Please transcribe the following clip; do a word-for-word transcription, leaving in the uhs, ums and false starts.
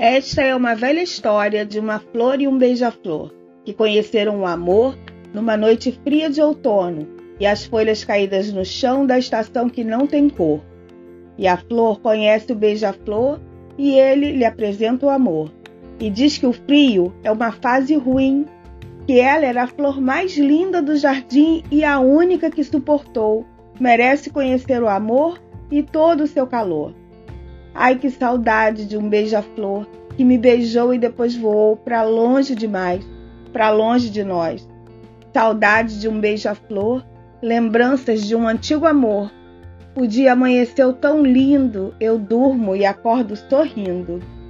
Esta é uma velha história de uma flor e um beija-flor, que conheceram o amor numa noite fria de outono e as folhas caídas no chão da estação que não tem cor. E a flor conhece o beija-flor e ele lhe apresenta o amor. E diz que o frio é uma fase ruim, que ela era a flor mais linda do jardim e a única que suportou, merece conhecer o amor e todo o seu calor. Ai, que saudade de um beija-flor que me beijou e depois voou para longe demais, para longe de nós. Saudade de um beija-flor, lembranças de um antigo amor. O dia amanheceu tão lindo, eu durmo e acordo sorrindo.